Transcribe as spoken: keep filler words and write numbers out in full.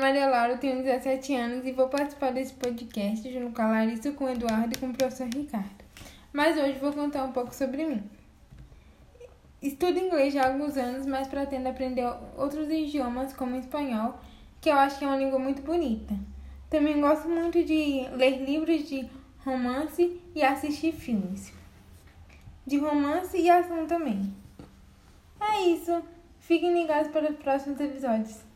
Maria Laura, tenho dezessete anos e vou participar desse podcast junto com a Larissa, com o Eduardo e com o professor Ricardo. Mas hoje vou contar um pouco sobre mim. Estudo inglês já há alguns anos, mas pretendo aprender outros idiomas como espanhol, que eu acho que é uma língua muito bonita. Também gosto muito de ler livros de romance e assistir filmes de romance e ação também. É isso. Fiquem ligados para os próximos episódios.